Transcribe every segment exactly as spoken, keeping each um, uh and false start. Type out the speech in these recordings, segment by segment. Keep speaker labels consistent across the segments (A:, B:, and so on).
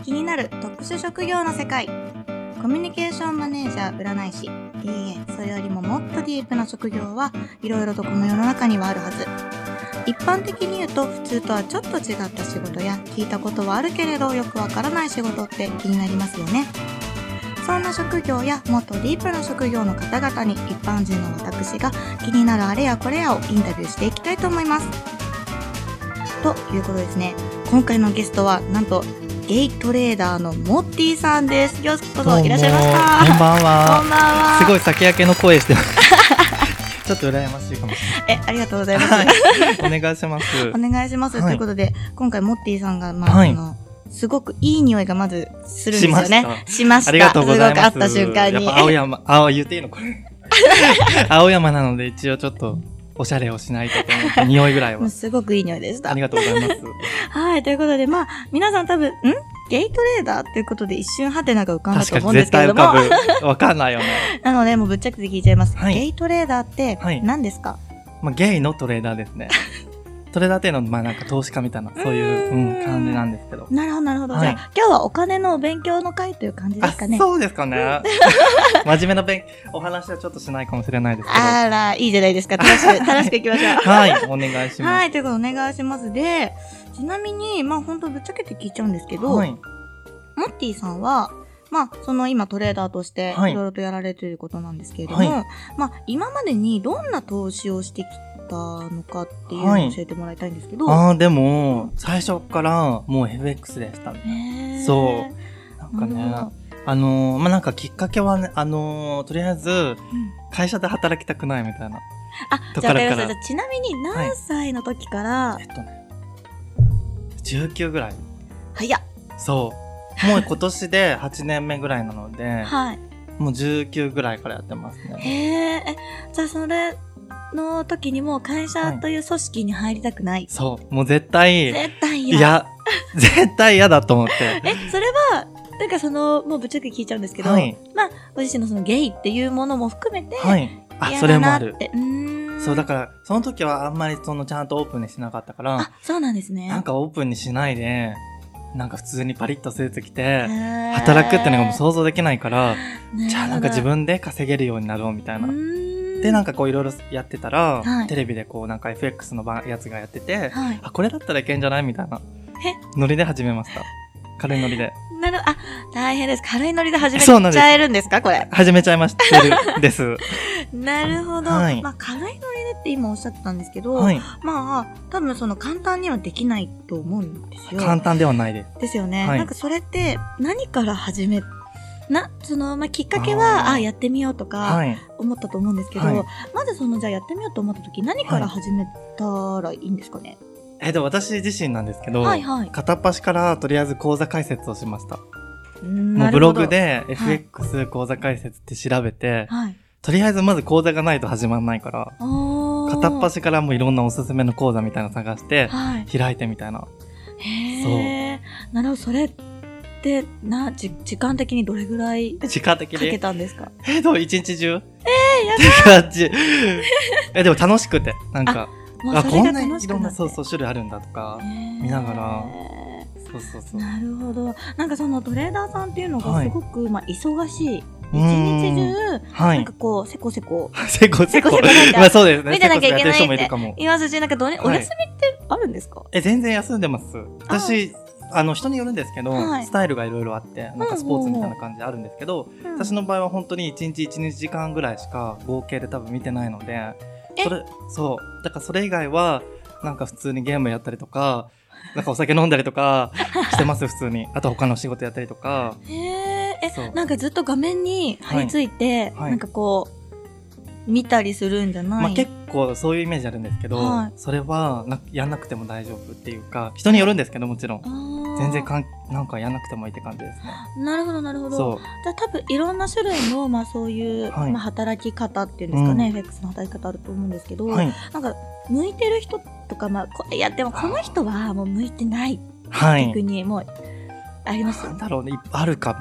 A: 気になる特殊職業の世界。コミュニケーションマネージャー、占い師。いいえ、それよりももっとディープな職業はいろいろとこの世の中にはあるはず。一般的に言うと普通とはちょっと違った仕事や聞いたことはあるけれどよくわからない仕事って気になりますよね。そんな職業やもっとディープな職業の方々に一般人の私が気になるあれやこれやをインタビューしていきたいと思います。ということですね。今回のゲストはなんとゲイトレーダーのモッティさんです。ようこそいらっしゃいました。
B: こんばんは。
A: こんばんは。
B: すごい酒焼けの声してますちょっと羨ましいかもしれない。
A: え、ありがとうございます。
B: はい、お願いします。
A: お願いします。はい、ということで今回モッティさんがまあ、
B: はい、
A: あのすごくいい匂いがまずするんですよね。
B: しました。
A: しました。
B: ありがとうございます。
A: すごく会った瞬間に。
B: やっぱ青山、青言っていいのこれ。青山なので一応ちょっとおしゃれをしないとと思って匂いぐらいは。
A: すごくいい匂いでした。
B: ありがとうございます。
A: はい、ということでまあ皆さん多分んゲイトレーダーっていうことで一瞬ハテナが浮かんだと思うんですけれども。
B: 確かに絶対浮かぶ。わかんないよね。
A: なのでもうぶっちゃけて聞いちゃいます。はい、ゲイトレーダーって何ですか？
B: はい、まあ、ゲイのトレーダーですね。トレーダーっていうのはまあなんか投資家みたいなそういう、うん、感じなんですけど。
A: なるほどなるほど。
B: はい、
A: じゃあ今日はお金のお勉強の会という感じですかね。
B: そうですかね。真面目な勉お話はちょっとしないかもしれないですけど。
A: あら、いいじゃないですか。楽しく、楽しくいきましょう。
B: はい、お願いします。
A: はい、ということでお願いします。で、ちなみに、まあ本当ぶっちゃけて聞いちゃうんですけど、はい、モッティさんは、まあ、その今トレーダーとしていろいろとやられていることなんですけれども、はい、まあ今までにどんな投資をしてきたのかっていうのを教えてもらいたいんですけど。
B: はい、ああ、でも、最初からもう エフエックス でしたね。そう。なんかね、あのー、まあ、なんかきっかけはね、あのー、とりあえず、会社で働きたくないみたいな。
A: あ、じゃあ、じゃあちなみに何歳の時から、はい、
B: えっとね、じゅうきゅうぐらい。
A: 早っ。
B: そう。もう今年ではちねんめぐらいなので、
A: はい。
B: もうじゅうきゅうぐらいからやってますね。
A: へえ、じゃあそれの時にもう会社という組織に入りたくない。はい、
B: そう。もう絶対。
A: 絶対嫌。
B: いや、絶対嫌だと思って。
A: え、それは、なんかその、もうぶっちゃけ聞いちゃうんですけど、はい、まあ、ご自身のそのゲイっていうものも含めて、
B: はい。あ、それもある。
A: うーん。
B: そう、だから、その時はあんまりそのちゃんとオープンにしなかったから、
A: あ、そうなんですね。
B: なんかオープンにしないで、なんか普通にパリッとスーツ着て、働くってのがもう想像できないから、じゃあなんか自分で稼げるようになろうみたいな。で、なんかこういろいろやってたら、はい、テレビでこうなんか エフエックス のやつがやってて、はい、あ、これだったらいけんじゃないみたいな。ノリで始めました。軽いノリで。
A: なる、あ、大変です。軽いノリで始めちゃえるんですかこれ。
B: 始めちゃいましたです。
A: なるほど。はい、まあ、軽いノリでって今おっしゃってたんですけど、はい、まあ、多分その簡単にはできないと思うんですよ。
B: 簡単ではないです。
A: ですよね。はい、なんかそれって何から始め、な、その、まあ、きっかけは、ああ、やってみようとか、思ったと思うんですけど、はい、まずその、じゃあやってみようと思った時、何から始めたらいいんですかね。
B: えっと、私自身なんですけど、
A: はいはい、
B: 片っ端からとりあえず口座開設をしました。もうブログで エフエックス 口座開設って調べて、はい、とりあえずまず口座がないと始まんないから、片っ端からもういろんなおすすめの口座みたいなの探して、はい、開いてみたいな。
A: へー。なるほど、それってな、じ、時間的にどれぐらい
B: 時間的に
A: かけたんですか？
B: えー、でも一日中
A: えー、やばい
B: え、でも楽しくて、なんか、
A: あ、
B: あ、こんないろんな、そうそう、種類あるんだとか、見ながら、そうそうそう。
A: なるほど。なんかそのトレーダーさんっていうのがすごく、はい、まあ、忙しい。一日中、はい、なんかこう、せこせこ。
B: せこせこ。まあそうですね。
A: 見てなきゃいけないって
B: 言
A: いますし、なんかどれ、お休みってあるんですか？
B: はい、え、全然休んでます。私、あの、人によるんですけど、はい、スタイルがいろいろあって、なんかスポーツみたいな感じであるんですけど、うんうんうん、私の場合は本当にいちにちいちじかんぐらいしか合計で多分見てないので、それ、そう。だからそれ以外は、なんか普通にゲームやったりとか、なんかお酒飲んだりとかしてます、普通に。あと他の仕事やったりとか。
A: へえ、え、なんかずっと画面に張り付いて、はい、なんかこう、見たりするんじゃない？
B: まあ結構そういうイメージあるんですけど、はい、それはなやんなくても大丈夫っていうか、人によるんですけどもちろん。全然かんなんかやんなくてもいいって感じですね。
A: なるほどなるほど。そう。じゃあ多分いろんな種類のまあそういう、はい、まあ働き方っていうんですかね、うん、エフエックス の働き方あると思うんですけど、はい、なんか向いてる人とかまあこいやでもこの人はもう向いてない、はい、逆にもうあります。
B: なんだろうね、あるかも。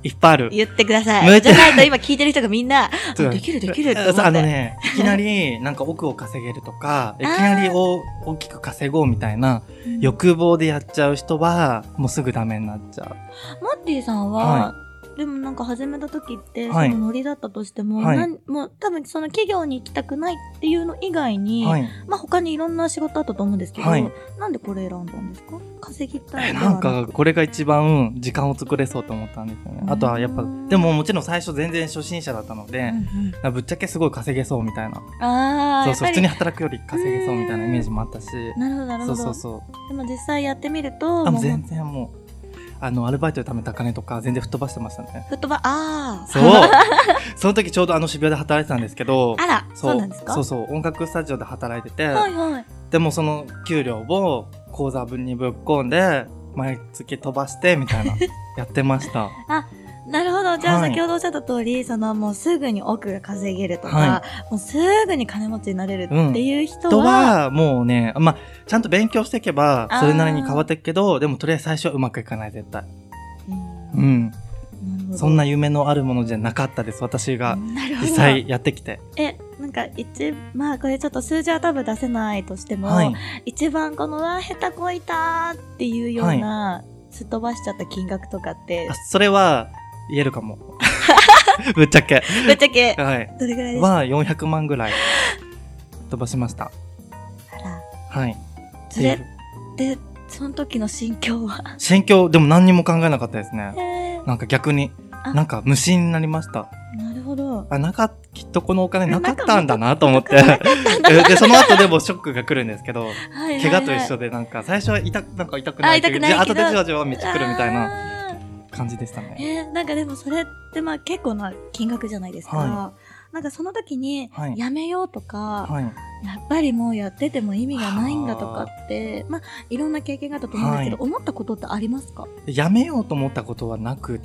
B: いっぱいある。
A: 言ってください。じゃないと今聞いてる人がみんな、できるできるって思って。
B: あのね、いきなりなんか億を稼げるとか、いきなりお大きく稼ごうみたいな欲望でやっちゃう人は、もうすぐダメになっちゃう。
A: モッティさんは、はい、でもなんか始めた時って、そのノリだったとしても、はい、なんもう多分その企業に行きたくないっていうの以外に、はい、まあ他にいろんな仕事あったと思うんですけど、はい、なんでこれ選んだんですか？稼ぎたい。
B: なんかこれが一番時間を作れそうと思ったんですよね。あとはやっぱ、でももちろん最初全然初心者だったので、うんうん、ぶっちゃけすごい稼げそうみたいな。ああ、そうそう、普通に働くより稼げそうみたいなイメージもあったし。
A: なるほどなるほど。
B: そうそうそう。
A: でも実際やってみると、
B: あ、もう全然もう。あの、アルバイトで貯めた金とか全然吹っ飛ばしてましたね。
A: 吹っ飛ば、ああ。
B: そう。その時ちょうどあの渋谷で働いてたんですけど。
A: あら、そうなんですか？
B: そうそう、音楽スタジオで働いてて。
A: はいはい。
B: でもその給料を口座分にぶっ込んで、毎月飛ばしてみたいな、やってました。
A: あ、なるほど。じゃあ先ほどおっしゃった通り、はい、そのもうすぐに億が稼げるとか、はい、もうすぐに金持ちになれるっていう人は、うん、人
B: はもうね、まあ、ちゃんと勉強していけば、それなりに変わっていくけど、でもとりあえず最初はうまくいかない、絶対。うん。うん、そんな夢のあるものじゃなかったです、私が実際やってきて。
A: え、なんか一、まあこれちょっと数字は多分出せないとしても、はい、一番この、うわ、下手こいたっていうような、はい、すっ飛ばしちゃった金額とかって。
B: あ、それは言えるかも。ぶっちゃけ。
A: ぶっちゃけ。
B: はい。
A: どれぐらいですか？
B: はよんひゃくまんぐらい飛ばしました。
A: あら。
B: はい。
A: それで、その時の心境は？
B: 心境、でも何にも考えなかったですね。なんか逆に、なんか無心になりました。
A: なるほど。
B: あ、なんか、きっとこのお金なかったんだなと思って。で、その後でもショックが来るんですけど、はいはいはい、怪我と一緒でなんか、最初は痛く、なんか痛くないけど、あ、後でじわじわ道来るみたいな感じでしたね。
A: えー、なんかでもそれってまあ結構な金額じゃないですか。はい、なんかその時に、やめようとか、はい、やっぱりもうやってても意味がないんだとかって、まあいろんな経験があったと思うんですけど、はい、思ったことってありますか？
B: やめようと思ったことはなくって、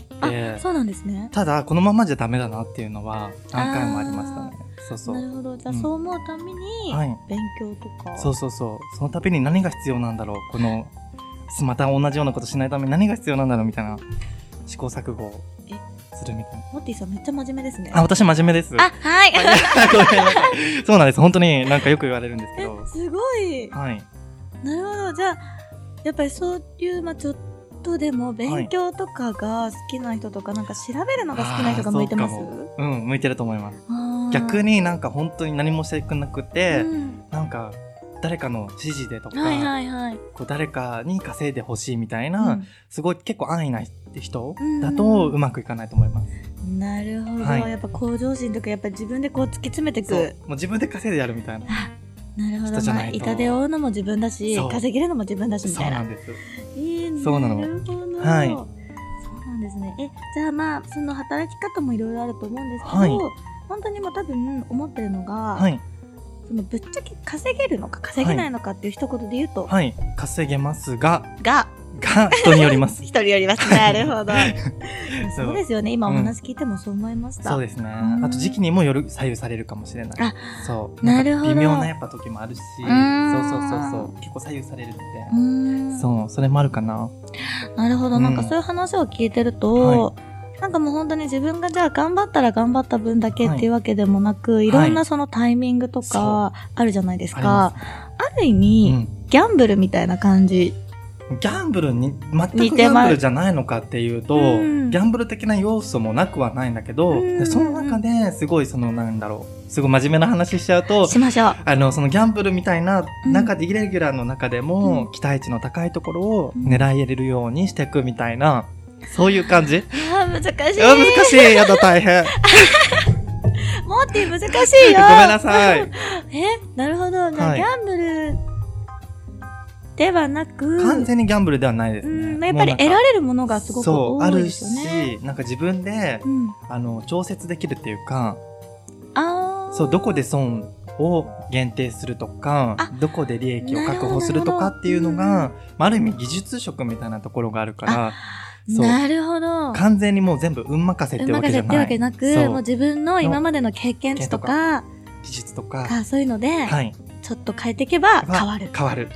A: あ、そうなんですね。
B: ただこのままじゃダメだなっていうのは何回もありましたね。そうそう。
A: なるほど。じゃあ、うん、そう思うために勉強とか、はい、
B: そうそうそう。そのために何が必要なんだろう。このまた同じようなことしないために何が必要なんだろうみたいな試行錯誤をするみたいな。
A: モッティさんめっちゃ真面目ですね。
B: あ、私真面目です。
A: あ、はい。
B: そうなんです。本当になんかよく言われるんですけど。
A: すごい。
B: はい。な
A: るほど。じゃあやっぱりそういうまあちょっとでも勉強とかが好きな人とか、はい、なんか調べるのが好きな人が向いてます？
B: うん、向いてると思います。逆になんか本当に何もしてくなくて、うん、なんか誰かの指示でとか、はいはいはい、こう誰かに稼いでほしいみたいな、うん、すごい結構安易な人だとうまくいかないと思います。
A: うん、なるほど、はい、やっぱ向上心とかやっぱ自分でこう突き詰めていく。
B: もう自分で稼いでやるみたいな。
A: なるほど。まあ、痛手を負うのも自分だし、稼げるのも自分だしみたいな。
B: そうなんです。
A: えー、
B: そうなの。
A: なるほど。
B: はい。
A: そうなんですね。え、じゃあまあその働き方もいろいろあると思うんですけど、はい、本当にもう多分思ってるのが。はい、そのぶっちゃけ稼げるのか稼げないのかっていう一言で言うと、
B: はい、はい、稼げますが
A: が
B: が人によります
A: 人によります。なるほどそうですよね。今お話聞いてもそう思いました、
B: うん、そうですね。あと時期にもよる左右されるかもしれない。
A: あ、
B: そう
A: なるほど。
B: 微妙なやっぱ時もあるし、そうそうそうそう結構左右されるので、うんそうそれもあるかな。
A: なるほど、うん、なんかそういう話を聞いてると、はい、なんかもう本当に自分がじゃあ頑張ったら頑張った分だけっていうわけでもなく、はい、いろんなそのタイミングとかあるじゃないですか。あ, ある意味、うん、ギャンブルみたいな感じ。
B: ギャンブルに全くギャンブルじゃないのかっていうと、うん、ギャンブル的な要素もなくはないんだけど、うん、でその中ですごいそのなんだろうすごい真面目な話しちゃうと
A: しましょう。
B: あのそのギャンブルみたいな中で、うん、イレギュラーの中でも、うん、期待値の高いところを狙い入れるようにしていくみたいな、そういう感じ。
A: あー難しい。
B: 難しい。やだ大変。
A: モーティ難しいよ。
B: ごめんなさい。
A: え、なるほど。はい、ギャンブルではなく
B: 完全にギャンブルではないですね。
A: うん、やっぱり得られるものがすごく多いですよね。
B: そうあるし、なんか自分で、うん、あの調節できるっていうか、
A: あ
B: そうどこで損を限定するとか、どこで利益を確保するとかっていうのが、うん、ある意味技術職みたいなところがあるから。そう
A: なるほど。
B: 完全にもう全部運任せってわけじゃない。運任せってわけ
A: なく、もう自分の今までの経験値とか
B: 技術とか
A: そういうので、はい、ちょっと変えていけば変わる。
B: 変わる。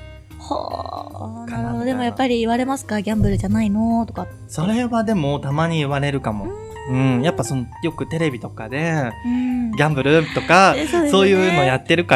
A: はあ、なるほど。でもやっぱり言われますか？ギャンブルじゃないのとか。
B: それはでもたまに言われるかも。うん、やっぱそのよくテレビとかで、うん、ギャンブルとか、そうね、そういうのやってるから、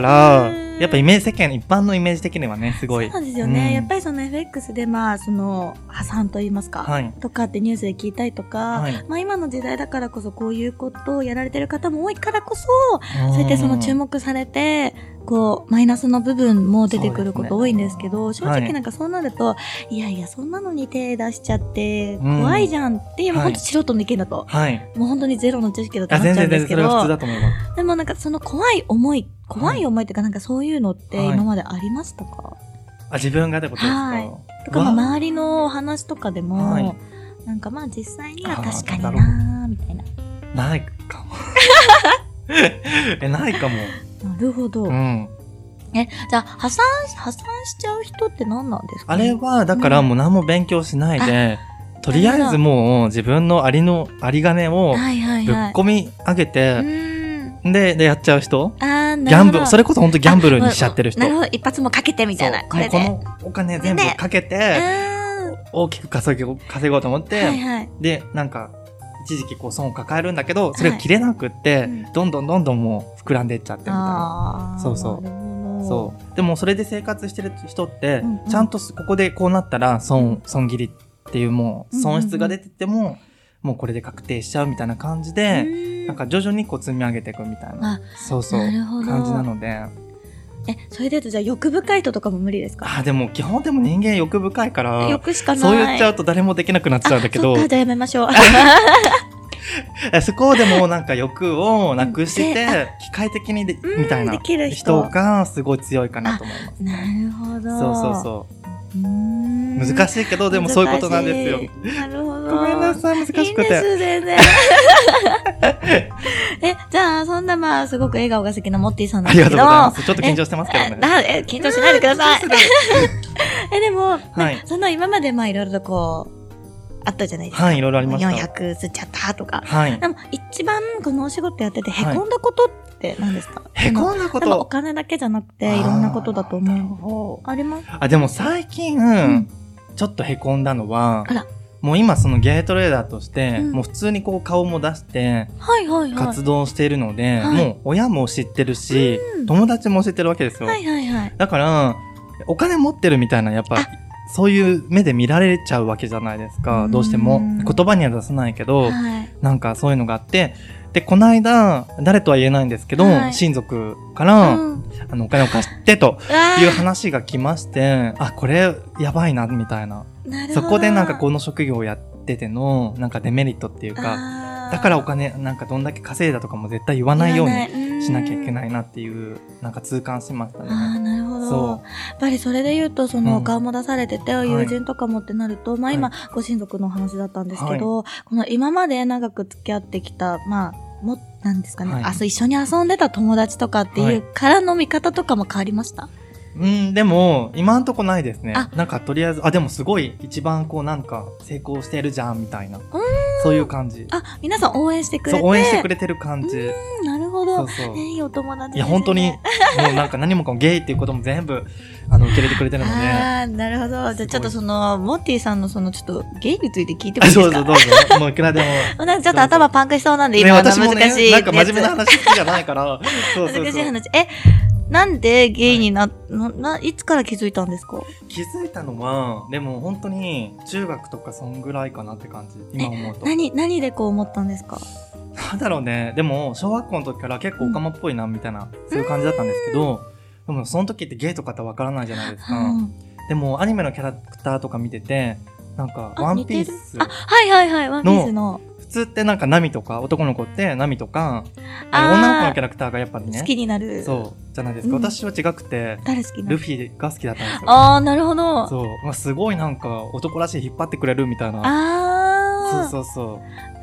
B: やっぱイメージ世間一般のイメージ的にはねすごい。
A: そうなんですよね。うん、やっぱりその エフエックス でまあその破産と言いますか、はい、とかってニュースで聞いたりとか、はい、まあ今の時代だからこそこういうことをやられてる方も多いからこそ、そうやってその注目されて。こうマイナスの部分も出てくること多いんですけど、正直なんかそうなると、はい、いやいやそんなのに手出しちゃって怖いじゃんっていう、うん、もう本当素人の意見だと、はい、もう本当にゼロの知識だと思っちゃうんですけど、
B: 全然全然それは普通だと思います。
A: でもなんかその怖い思い怖い思いっていうかなんかそういうのって今までありましたか？はい、
B: あ、自分がってことですか？はい、
A: とかまあ周りのお話とかでも、はい、なんかまあ実際には確かになーみたいな。
B: ないかもえないかも。
A: なるほど。うん、え、じゃあ破産破産しちゃう人って何なんですか、ね？
B: あれはだからもう何も勉強しないで、うん、とりあえずもう自分のありのあり金をぶっ込み上げて、はいはいはい、ででやっちゃう人。あ、なるほど。ギャンブル、それこそ本当ギャンブルにしちゃってる人。
A: なるほど、一発もかけてみたいな。これで
B: このお金全部かけて大きく稼ごう稼ごうと思って、はいはい、でなんか。一時期こう損を抱えるんだけど、それが切れなくって、はい、うん、どんどんどんどんもう膨らんでいっちゃってみたいな。そうそう。そう。でもそれで生活してる人って、うんうん、ちゃんとここでこうなったら損、損切りっていうもう損失が出てても、うんうんうん、もうこれで確定しちゃうみたいな感じで、んなんか徐々にこう積み上げていくみたいな。そうそう。なるほど。感じなので。
A: え、それで言うとじゃあ欲深い人とかも無理ですか？
B: あ、でも基本でも人間欲深いから、
A: 欲しかない。
B: そう言っちゃうと誰もできなくなっちゃうんだけど。
A: そっか、じゃあやめましょう。
B: そこでもなんか欲をなくして、機械的にで、みたいな人がすごい強いかなと思います。
A: なるほど。
B: そうそうそう。うーん難しいけど、でもそういうことなんですよ。
A: なるほど。
B: ごめんなさい、難しくて。いいん
A: です、全然。え、じゃあ、そんなまあ、すごく笑顔が好きなモッティさんなんですけど。
B: ありがとうございます。ちょっと緊張してますけどね。
A: え、え緊張しないでください。え、でも、はい、その今までまあ、いろいろとこう、あったじゃないですか。
B: はい、いろいろありました。
A: よんひゃく吸っちゃったとか。
B: はい。
A: でも、一番このお仕事やってて、へこんだことって何ですか？
B: へこんだこと。
A: お金だけじゃなくて、いろんなことだと思う。あります？
B: あ、でも最近、うん、ちょっとへこんだのは、あら。もう今そのゲートレーダーとして、うん、もう普通にこう顔も出して、はいはいはい。活動しているので、はい、もう親も知ってるし、うん、友達も知ってるわけですよ。はいはいはい。だから、お金持ってるみたいな、やっぱ、そういう目で見られちゃうわけじゃないですか。どうしても。言葉には出さないけど、はい、なんかそういうのがあって、で、この間、誰とは言えないんですけど、はい、親族から、うん、あの、お金を貸してという話が来まして、あ、これやばいな、みたいな。なそこでなんかこの職業をやってての、なんかデメリットっていうか、だからお金、なんかどんだけ稼いだとかも絶対言わないようにしなきゃいけないなっていう、なんか痛感しましたね。
A: ああ、なるほど。そう。やっぱりそれで言うと、その、お顔も出されてて、うん、友人とかもってなると、はい、まあ今、ご親族の話だったんですけど、はい、この今まで長く付き合ってきた、まあ、も、なんですかね、はい、あ、そう、一緒に遊んでた友達とかっていうからの見方とかも変わりました？
B: うん、でも、今んとこないですね。なんか、とりあえず、あ、でもすごい、一番こう、なんか、成功してるじゃん、みたいな。そういう感じ。
A: あ、皆さん応援してくれて。
B: そう、応援してくれてる感じ。
A: うん、なるほど。そうそう。いいお友達ですね。
B: いや、本当に、もうなんか何もかもゲイっていうことも全部、あの、受け入れてくれてるので。
A: ああ、なるほど。じゃあちょっとその、モッティさんのその、ちょっと、ゲイについて聞いてもいいですか？
B: そうそう、どうぞ。もういくらでも。
A: なんかちょっと頭パンクしそうなんで、今の難しい、ね。
B: なんか真面目な話好きじゃないから。
A: そうそうそう。難しい話。え、なんでゲイにな、はい、な、いつから気づいたんですか？
B: 気づいたのは、でも本当に中学とかそんぐらいかなって感じ。今思うと。
A: 何、何でこう思ったんですか？
B: なんだろうね。でも、小学校の時から結構オカマっぽいな、みたいな、うん、そういう感じだったんですけど、でもその時ってゲイとかってわからないじゃないですか。うん、でも、アニメのキャラクターとか見てて、なんか、ワンピース。
A: あ、はいはいはい、ワンピースの。
B: 普通ってなんかナミとか、男の子ってナミとか、女の子のキャラクターがやっぱりね。
A: 好きになる。
B: そう。じゃないですか。うん、私は違くて、
A: 誰好きなの？
B: ルフィが好きだったんですよ。
A: あー、なるほど。
B: そう。まあ、すごいなんか男らしい引っ張ってくれるみたいな。
A: あー。
B: そうそうそう。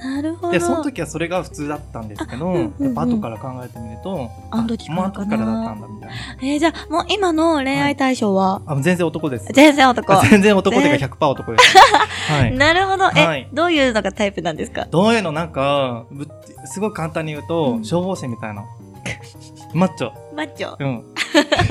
A: なるほど。
B: で、その時はそれが普通だったんですけど、うんうんうん、やっぱ後から考えてみると、
A: あの時からかな。
B: もう後からだったんだみたいな。
A: えー、じゃあ、もう今の恋愛対象は、
B: はい、あ、全然男です。
A: 全然男。
B: 全然男っていうか ひゃくパーセント 男です。
A: はい。なるほど。え、はい、どういうのがタイプなんですか？
B: どういうのなんか、ぶすごい簡単に言うと、うん、消防士みたいな。マッチョ。
A: マッチョ。
B: うん。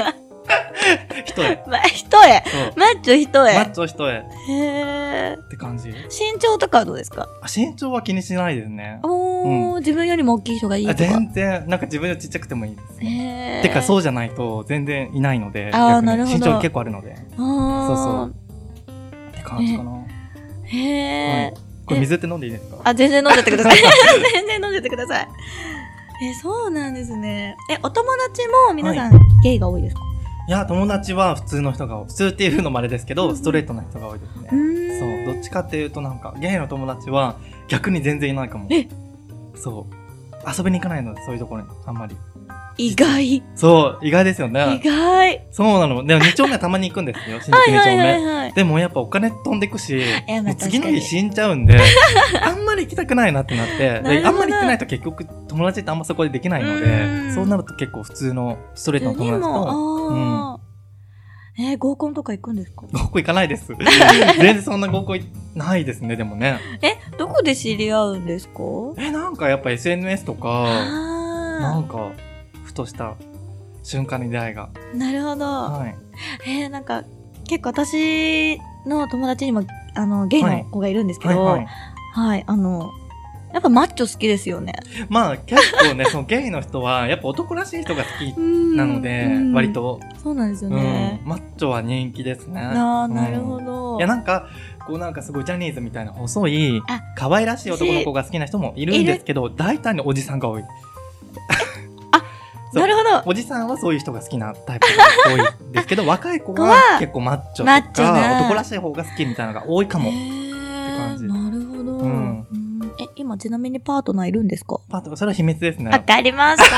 B: 一重。
A: ま、一重。マッチョ一重。
B: マッチョ一重。
A: へー。
B: って感じ。
A: 身長とかはどうですか？
B: あ、身長は気にしないですね。
A: おー、うん、自分よりも大きい人がいいとか。
B: 全然、なんか自分よりちっちゃくてもいいです。
A: へー。
B: てかそうじゃないと全然いないので、
A: あー、なるほど。
B: 身長結構あるので。
A: あー。
B: そうそう。って感じかな。
A: へー。はい、
B: これ水って飲んでいいですか？
A: あ、全然飲んじゃってください。全然飲んじゃってください。え、そうなんですね。え、お友達も皆さん、はい、ゲイが多いですか？
B: いや、友達は普通の人が多い。普通っていうのもあれですけど、うん、ストレートな人が多いですね。そう。どっちかっていうとなんか、ゲイの友達は逆に全然いないかも。
A: え？
B: そう。遊びに行かないので、そういうところに。あんまり。
A: 意外。
B: そう。意外ですよね。
A: 意外。
B: そうなの。でもに丁目はたまに行くんですよ。新宿に丁目。でもやっぱお金飛んでくし、もう次の日死んじゃうんで、あんまり行きたくないなってなって、であんまり行ってないと結局友達ってあんまそこでできないので、そうなると結構普通のストレートの友達と、うん。
A: えー、合コンとか行くんですか？
B: 合コン行かないです。全然そんな合コンないですね、でもね。
A: え、どこで知り合うんですか？
B: え、なんかやっぱ エスエヌエス とか、なんか、ふとした瞬間に出会いが。
A: なるほど。
B: はい。
A: えー、なんか、結構私の友達にも、あの、ゲイの子がいるんですけど、はい、はいはい、あの、やっぱマッチョ好きですよね。
B: まあ結構ね、そのゲイの人はやっぱ男らしい人が好きなので、割と。
A: そうなんですよね、
B: うん。マッチョは人気ですね。
A: ああ、なるほど。
B: うん、いやなんか、こうなんかすごいジャニーズみたいな細い、可愛らしい男の子が好きな人もいるんですけど、大体のおじさんが多い。
A: あ、なるほど。
B: おじさんはそういう人が好きなタイプが多いんですけど、若い子は結構マッチョとか、男らしい方が好きみたいなのが多いかも。って感じ。
A: なるほど。うんえ、今ちなみにパートナーいるんですか？
B: パートナー、それは秘密ですね。
A: わかりました。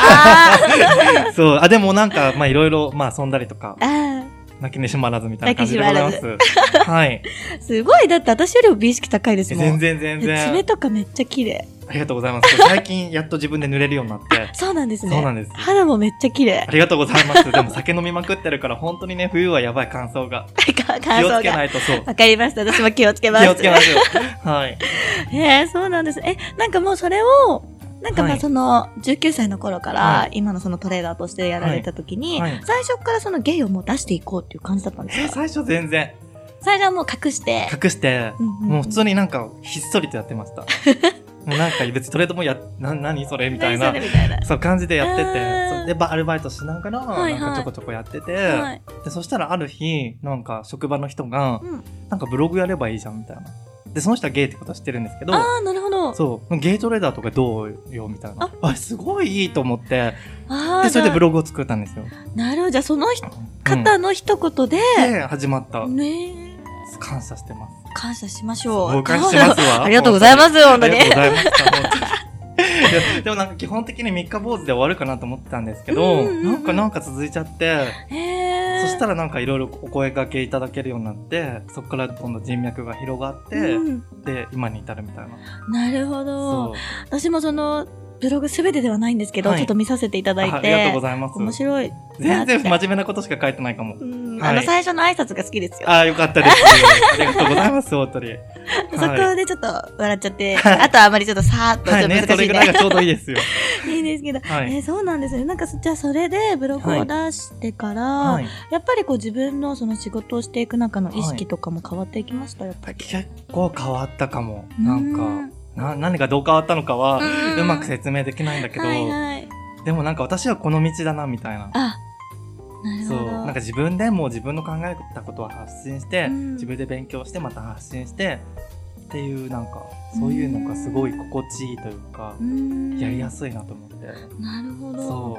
B: そう、あ、でもなんか、まあいろいろ、まあ遊んだりとか、泣きにしまらずみたいな感じでございます。はい。
A: すごい、だって私よりも美意識高いですもん。
B: 全然全然。
A: 爪とかめっちゃ綺麗。
B: ありがとうございます。最近やっと自分で塗れるようになって。
A: そうなんですね。
B: そうなんです。
A: 肌もめっちゃ綺麗。
B: ありがとうございます。でも酒飲みまくってるから、本当にね、冬はやばい乾燥が。
A: 乾燥が。
B: 気をつけないとそう。
A: わかりました。私も気をつけます。
B: 気をつけますよ。はい。
A: えー、そうなんです。え、なんかもうそれを、なんかまあそのじゅうきゅうさいの頃から今のそのトレーダーとしてやられた時に、最初からそのゲイをもう出していこうっていう感じだったんですか？
B: 最初全然。
A: 最初はもう隠して。
B: 隠して、もう普通になんかひっそりとやってました。もうなんか別にトレードもや、な、何それみたいな。そう感じでやってて、で、アルバイトしながら、なんかちょこちょこやってて、で、そしたらある日、なんか職場の人が、なんかブログやればいいじゃんみたいな。で、その人はゲイってことは知ってるんですけど、
A: ああ、なるほど。
B: そう、ゲイトレーダーとかどうよみたいな。あ、すごいいいと思って、で、それでブログを作ったんですよ。
A: なるほど。じゃあその方の一言で、
B: で、始まった。
A: ね
B: 感謝してます。
A: 感謝しましょう。
B: 感謝しますわ。
A: ありがとうございます、本当に。
B: ありがとうございました、本当に。でもなんか基本的に三日坊主で終わるかなと思ってたんですけど、なんかなんか続いちゃって、そしたらなんかいろいろお声掛けいただけるようになって、そこからどんどん人脈が広がって、で、今に至るみたいな。
A: なるほど。私もその、ブログすべてではないんですけど、はい、ちょっと見させていただいて。
B: ありがとうございます。
A: 面白い。
B: 全然真面目なことしか書いてないかも。
A: はい、あの、最初の挨拶が好きですよ。
B: ああ、よかったです。ありがとうございます、本当に。
A: そこでちょっと笑っちゃって、はい、あとはあまりちょっとさーっとちょっと難しい、ね。はいね、
B: それぐらいがちょうどいいですよ。
A: いいんですけど、はい、えー、そうなんですよ。なんか、じゃあそれでブログを出してから、はい、やっぱりこう自分のその仕事をしていく中の意識とかも変わっていきました、やっぱり。
B: 結構変わったかも。なんか。な、何がどう変わったのかは、うまく説明できないんだけど、はいはい、でもなんか私はこの道だな、みたいな。
A: あ、なるほど。そう。
B: なんか自分でもう自分の考えたことは発信して、うん、自分で勉強してまた発信して、っていうなんか、そういうのがすごい心地いいというか、うやりやすいなと思って。
A: なるほど。そう。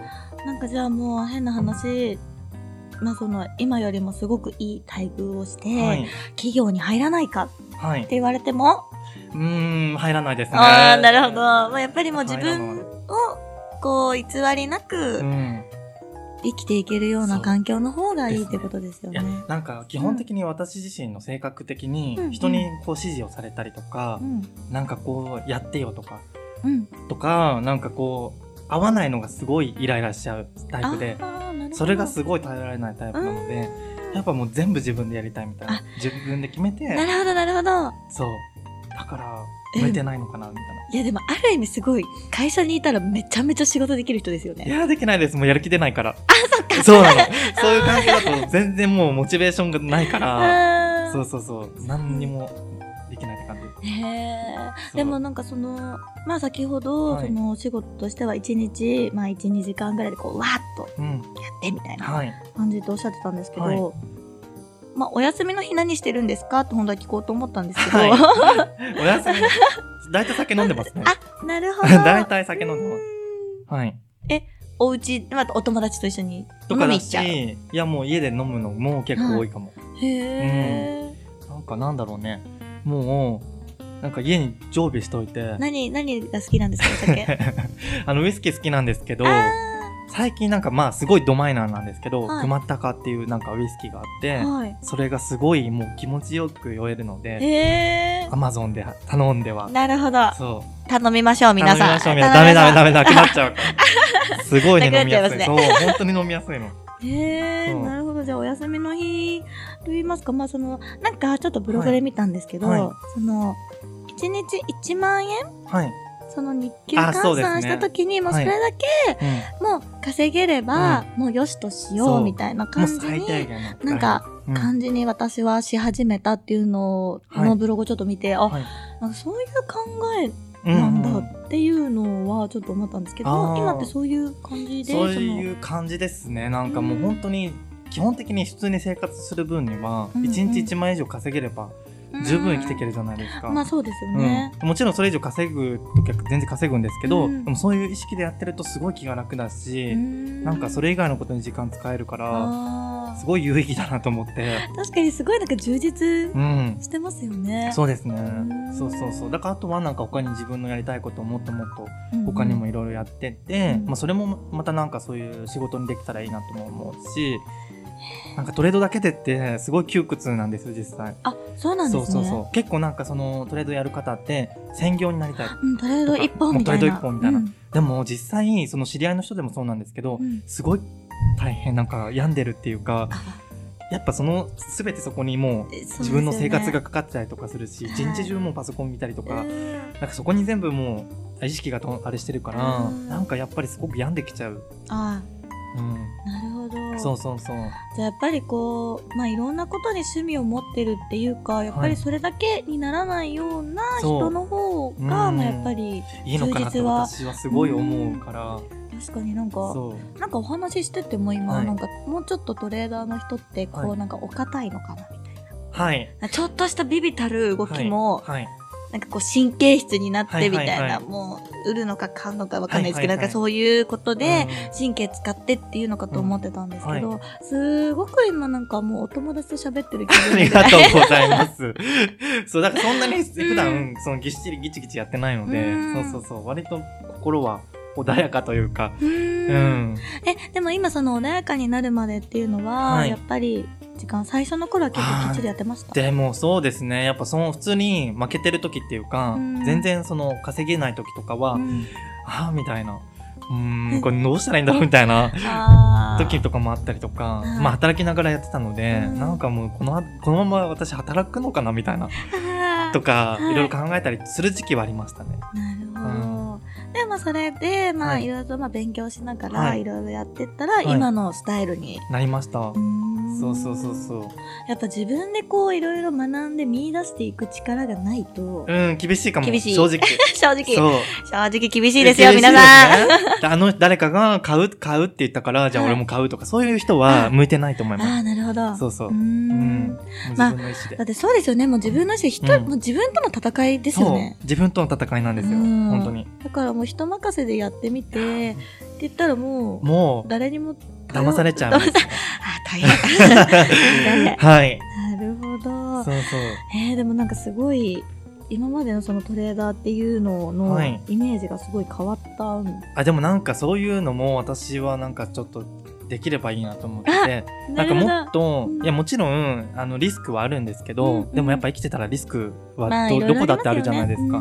A: なんかじゃあもう変な話、まあその、今よりもすごくいい待遇をして、はい、企業に入らないかって言われても、はい、
B: うーん、入らないですね。
A: ああ、なるほど。まあ、やっぱりもう自分を、こう、偽りなく、生きていけるような環境の方がいいってことですよね。
B: いや、なんか、基本的に私自身の性格的に、人にこう指示をされたりとか、うん、なんかこう、やってよとか、うん、とか、なんかこう、合わないのがすごいイライラしちゃうタイプで、それがすごい耐えられないタイプなので、やっぱもう全部自分でやりたいみたいな。自分で決めて。
A: なるほど、なるほど。
B: そう。 だから向いてないのかなみたいな。
A: いやでもある意味すごい会社にいたらめちゃめちゃ仕事できる人ですよね。
B: いやできないです。もうやる気出ないから。
A: あ、そっか。
B: そうなの。そういう関係だと全然もうモチベーションがないからそうそうそう何にもできないって感じ。
A: へー。でもなんかそのまあ先ほど、はい、そのお仕事としてはいちにちまあいち、にじかんぐらいでこうわーっとやってみたいな感じでおっしゃってたんですけど、はい、まあお休みの日何してるんですかって本当は聞こうと思ったんですけど、はい、
B: お休み大体酒飲んでますね。
A: あ、なるほど。
B: 大体酒飲んでます。はい。
A: え、お家、またお友達と一緒に飲み行っちゃう？い
B: やもう家で飲むのも結構多いかも。はい、
A: へー、
B: うん。なんかなんだろうね。もうなんか家に常備しといて。
A: 何何が好きなんですかお酒？
B: あのウイスキー好きなんですけど。最近なんかまあすごいドマイナーなんですけど、はい、クマッタカっていうなんかウイスキーがあって、はい、それがすごいもう気持ちよく酔えるので、アマゾンで頼んでは。
A: なるほど。
B: そう。
A: 頼みましょう皆さん。
B: 頼みましょう皆さん。ダメダメダメなくなっちゃうから。すごいね飲みやすい。そう、本当に飲みやすいの。
A: へー、なるほど。じゃあお休みの日と言いますか、まあそのなんかちょっとブログで見たんですけど、はいはい、そのいちにちいちまんえん。はい。その日給換算した時に、もうそれだけ、もう稼げれば、もうよしとしようみたいな感じに、なんか、感じに私はし始めたっていうのを、このブログをちょっと見て、あ、なんかそういう考えなんだっていうのはちょっと思ったんですけど、今ってそういう感じで。
B: そういう感じですね。なんかもう本当に、基本的に普通に生活する分には、いちにちいちまんえん以上稼げれば、十分生きていけるじゃないですか。
A: まあそうですよね、
B: うん、もちろんそれ以上稼ぐときは全然稼ぐんですけど、うん、でもそういう意識でやってるとすごい気が楽だし、んなんかそれ以外のことに時間使えるからすごい有意義だなと思って。
A: 確かにすごいなんか充実してますよね、
B: うん、そうですね。そうそうそう。だからあとはなんか他に自分のやりたいことをもっともっと他にもいろいろやってって、うん、まあそれもまたなんかそういう仕事にできたらいいなとも思うし、なんかトレードだけでってすごい窮屈なんですよ実際。
A: あ、そうなんですね。
B: そうそうそう。結構なんかそのトレードやる方って専業になりたい、
A: うん、トレード一本みたいな。
B: トレード一本みたいな、うん、でも実際その知り合いの人でもそうなんですけど、うん、すごい大変なんか病んでるっていうか、やっぱその全てそこにもう自分の生活がかかってたりとかするし、一、ね、日中もパソコン見たりとか、なんかそこに全部もう意識がとあれしてるから、なんかやっぱりすごく病んできちゃう。あ
A: うん、なるほど。
B: そうそうそう。
A: じゃあやっぱりこう、まあいろんなことに趣味を持ってるっていうか、やっぱりそれだけにならないような人の方が、まあやっぱり
B: いいのかなって私はすごい思うから。
A: 確かになんか、なんかお話ししてても今、はい、なんかもうちょっとトレーダーの人ってこう、はい、なんかお堅いのかなみたいな。はい。ちょっとしたビビたる動きも、はいはい、なんかこう神経質になってみたいな、はいはいはい、もう売るのか買うのかわかんないですけど、はいはいはい、なんかそういうことで神経使ってっていうのかと思ってたんですけど、うんはい、すごく今なんかもうお友達と喋ってる気分
B: ありがとうございます。そう、だからそんなに普段そのぎっしりギチギチやってないので、うん、そうそうそう、割と心は穏やかというか。うんうん、
A: え、でも今その穏やかになるまでっていうのは、はい、やっぱり時間最初の頃は結構きっちりやってました？
B: でもそうですね。やっぱその普通に負けてる時っていうか、うん、全然その稼げない時とかは、うん、ああみたいな、うーんこれどうしたらいいんだろうみたいな時とかもあったりとか、まあ働きながらやってたので、うん、なんかもうこのこのまま私働くのかなみたいなとか、いろいろ考えたりする時期はありましたね。
A: なるほど。うんでまあそれでまあいろいろとまあ勉強しながらいろいろやってったら、はい、今のスタイルに
B: なりました。うーんそうそうそうそう。
A: やっぱ自分でこういろいろ学んで見出していく力がないと、
B: うん厳しいかも。
A: 厳しい。
B: 正直
A: 正直そう正直厳しいですよ皆さん。ね、
B: あの誰かが買う買うって言ったからじゃあ俺も買うとか、はい、そういう人は向いてないと思います。
A: ああなるほど。
B: そうそう。うーん。
A: うん、まあだってそうですよね。もう自分の意思人、うん、もう自分との戦いですよね。
B: そう自分との戦いなんですよ本当に。
A: だからもう人任せでやってみてって言ったらもうもう誰にも
B: 騙されちゃうんです、ね、
A: あ大変
B: はい。
A: なるほど。
B: そうそう。
A: えー、でもなんかすごい今までのそのトレーダーっていうののイメージがすごい変わった、はい、
B: あでもなんかそういうのも私はなんかちょっとできればいいなと思ってて、なんかもっと、うん、いやもちろんあのリスクはあるんですけど、うんうん、でもやっぱ生きてたらリスクは ど,、まあどこだってあるじゃないですか、うん、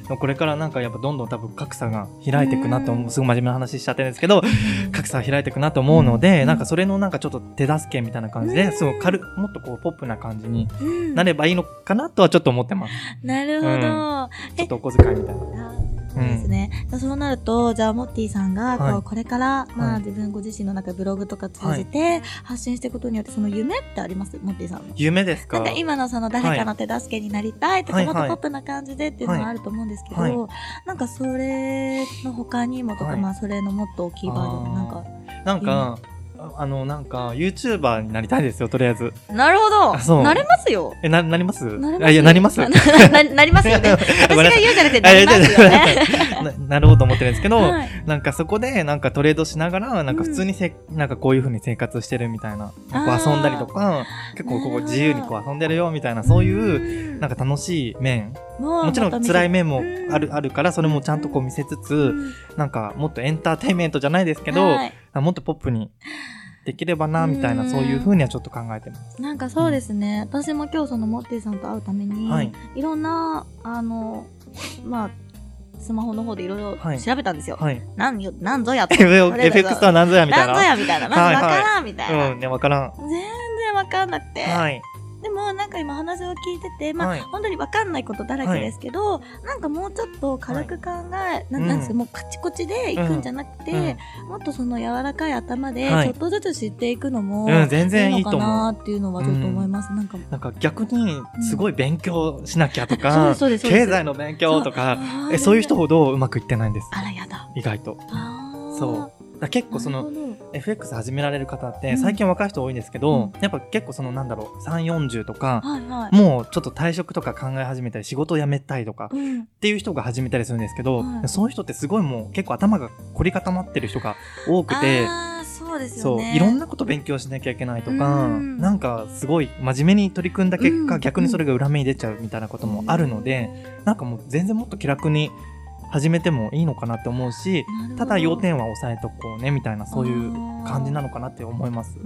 B: これからなんかやっぱどんどん多分格差が開いていくなって思う、すごい真面目な話しちゃってるんですけど、格差が開いていくなと思うので、なんかそれのなんかちょっと手助けみたいな感じで、すごい軽もっとこうポップな感じになればいいのかなとはちょっと思ってます。
A: なるほど、うん、
B: ちょっとお小遣いみたいな。
A: そうですね、うん、そうなるとじゃあモッティさんがこう、はい、これから、まあはい、自分ご自身の中でブログとか通じて発信していくことによってその夢ってあります？モッティさんの
B: 夢ですか？
A: なんか今のその誰かの手助けになりたいとか、はい、もっとポップな感じでっていうのがあると思うんですけど、はいはい、なんかそれの他にもとか、はい、まあそれのもっと大きいバージョンなんか
B: なんかあのなんか YouTuber になりたいですよ、とりあえず。
A: なるほど。そうなれますよ。
B: え、な、なります？
A: なります。
B: あ、いや、なります。な、
A: なりますよね。私が言うじゃなくてなりますよね。
B: な, なるほど思ってるんですけど、はい、なんかそこでなんかトレードしながらなんか普通にせ、うん、なんかこういう風に生活してるみたいな、こう遊んだりとか結構ここ自由にこう遊んでるよみたいな、そういうなんか楽しい面、も, もちろん辛い面もある、うん、あるからそれもちゃんとこう見せつつ、うん、なんかもっとエンターテインメントじゃないですけど、はい、もっとポップにできればなみたいな、そういう風にはちょっと考えてます。
A: なんかそうですね、うん、私も今日そのモッティさんと会うために、はい、いろんなあのまあスマホの方でいろいろ調べたんですよ。はい、なんよ、なんぞやと。エフ
B: ェクスとはなんぞやみたいな。
A: なんぞやみたいな。なんかわからんみたいな。
B: はいはい、うん、ね、わからん。
A: 全然わかんなくて。はい。でもなんか今話を聞いてて、まあ、はい、本当に分かんないことだらけですけど、はい、なんかもうちょっと軽く考え、はい、な, なんですか、うん、もうカチコチでいくんじゃなくて、うん、もっとその柔らかい頭でちょっとずつ知っていくのも、
B: はい、うん、全然い
A: いのかなっていうのはちょっと思います。うん、なんか
B: なんか逆にすごい勉強しなきゃとか、うん、経済の勉強とか、そう、えそういう人ほどうまくいってないんです。
A: あらやだ。
B: 意外と。そう。だ結構その エフエックス 始められる方って最近若い人多いんですけど、うん、やっぱ結構そのなんだろうさんじゅう、よんじゅうとか、はいはい、もうちょっと退職とか考え始めたり仕事を辞めたいとか、うん、っていう人が始めたりするんですけど、はい、そういう人ってすごいもう結構頭が凝り固まってる人が多くて、
A: あそうですよね、
B: そういろんなこと勉強しなきゃいけないとか、うん、なんかすごい真面目に取り組んだ結果、うん、逆にそれが裏目に出ちゃうみたいなこともあるので、うん、なんかもう全然もっと気楽に始めてもいいのかなって思うし、ただ要点は押さえとこうねみたいな、そういう感じなのかなって思います。うん、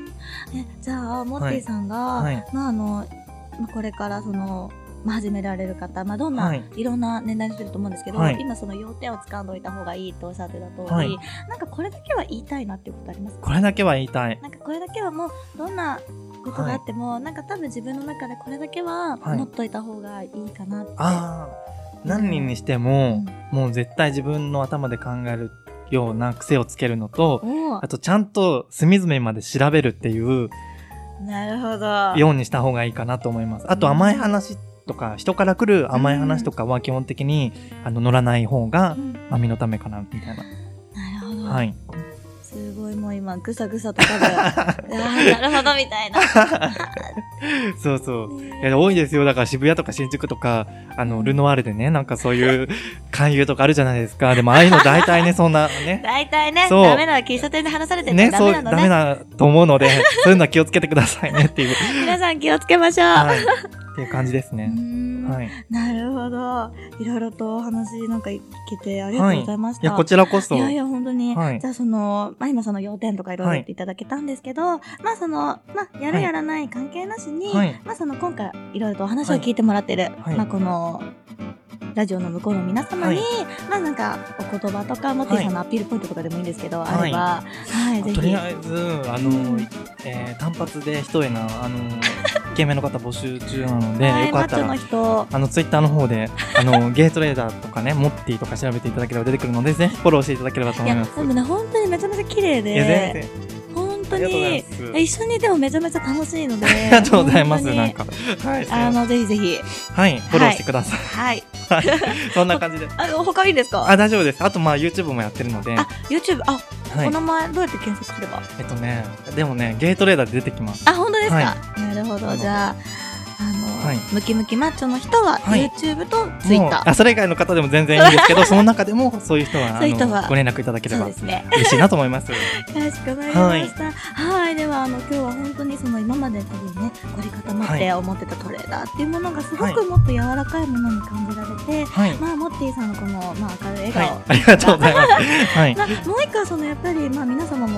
A: えじゃあモッティさんが、はいはい、まああのこれからその、まあ、始められる方、まあ、どんな、はい、いろんな年代の人いると思うんですけど、はい、今その要点を掴んでおいた方がいいとおっしゃってた通り、はい、なんかこれだけは言いたいなっていうことありますか？
B: これだけは言いたい。
A: なんかこれだけはもうどんなことがあっても、はい、なんか多分自分の中でこれだけは持っといた方がいいかなって、
B: はい、何人にしても、うん、もう絶対自分の頭で考えるような癖をつけるのと、あとちゃんと隅々まで調べるっていう
A: なるほど
B: ようにした方がいいかなと思います。あと甘い話とか、人から来る甘い話とかは基本的に、うん、あの乗らない方が、うん、まあ、身のためかなみたいな。
A: なるほど。
B: はい。
A: すごいもう今ぐさぐさと多分なるほどみたいな
B: そうそう、いや多いですよ。だから渋谷とか新宿とかあのルノワールでね、なんかそういう勧誘とかあるじゃないですか。でもああいうの大体ねそんなね
A: 大体ねダメな喫茶店で話されてるのダメなのね。
B: そうダメなと思うのでそういうのは気をつけてくださいねっていう
A: 皆さん気をつけましょう、はい、
B: っていう感じですね。はい、
A: なるほど。いろいろとお話なんか聞けてありがとうございました。
B: はい、いやこちらこそ。
A: いやいや本当に、はい、じゃあその、まあ、今その要点とかいろいろ言っていただけたんですけど、はい、まあそのまあやるやらない関係なしに、はい、まあその今回いろいろとお話を聞いてもらってる、はい、まあこのラジオの向こうの皆様に、はい、まあなんかお言葉とかモッティさんのアピールポイントとかでもいいんですけど、はい、あれば、はい、ぜひ
B: とりあえずあの、うんえー、単発で一重なあのイケメンの方募集中なので、はい、よかったらあのツイッターの方であのゲートレーダーとかねモッティとか調べていただければ出てくるのでぜひフォローしていただければと思います。
A: いやでもね本当にめちゃめちゃ綺麗で、いや全然本当に一緒にいてもめちゃめちゃ楽しいので
B: ありがとうございます。なんか、
A: はい、あのぜひぜひ
B: はいフォローしてください。
A: はい
B: はい、そんな感じで。
A: あ、他いいですか？
B: あ、大丈夫です。あとまあ YouTube もやってるので。
A: あ、YouTube、あ、はい、お名前どうやって検索すれば？
B: えっとね、でもね、ゲートレーダーで出てきます。
A: あ、本当ですか？はい、なるほど。じゃあ、あの、はい、ムキムキマッチョの人は YouTube と Twitter。
B: あ、それ以外の方でも全然いいんですけど、その中でもそういう人は、そういう人はご連絡いただければ嬉しいなと思います。
A: かしこまりました。はい、ではあの今日は本当にその今まで多分ね凝り固まって思ってたトレーダーっていうものがすごくもっと柔らかいものに感じられて、はい、まあモッティさんのこのまあ明るい笑顔、
B: はい、ありがとうございます。はい、
A: もう一個そのやっぱりまあ皆様も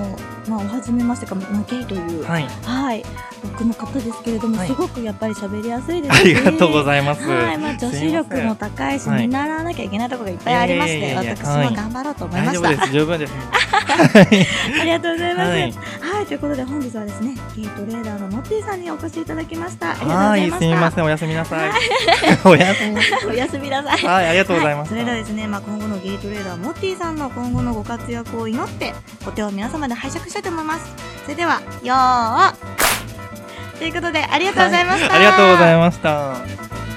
A: まあ、お初めましてか、まあ、ゲイという、はい、はい、僕の方ですけれども、はい、すごくやっぱり喋りやすいですし、
B: ありがとうございます。
A: はい、まあ、女子力も高いし、見習わなきゃいけないところがいっぱいありまして、はい、私も頑張ろうと思いました。
B: 大丈夫です、十分です。
A: ありがとうございます。はい、はい、ということで本日はですね、ゲイトレーダーのモッティさんにお越しいただきました。ありがとうございました。
B: すみません、おやすみなさい。おやすみなさい。
A: おやすみなさい。
B: はい、ありがとうございました。
A: はい、それではですね、まあ、今後のゲイトレーダーモッティさんの今後のご活躍を祈ってお手を皆様で拝借したいと思います。それではよーということでありがとうございました。
B: はい、ありがとうございました。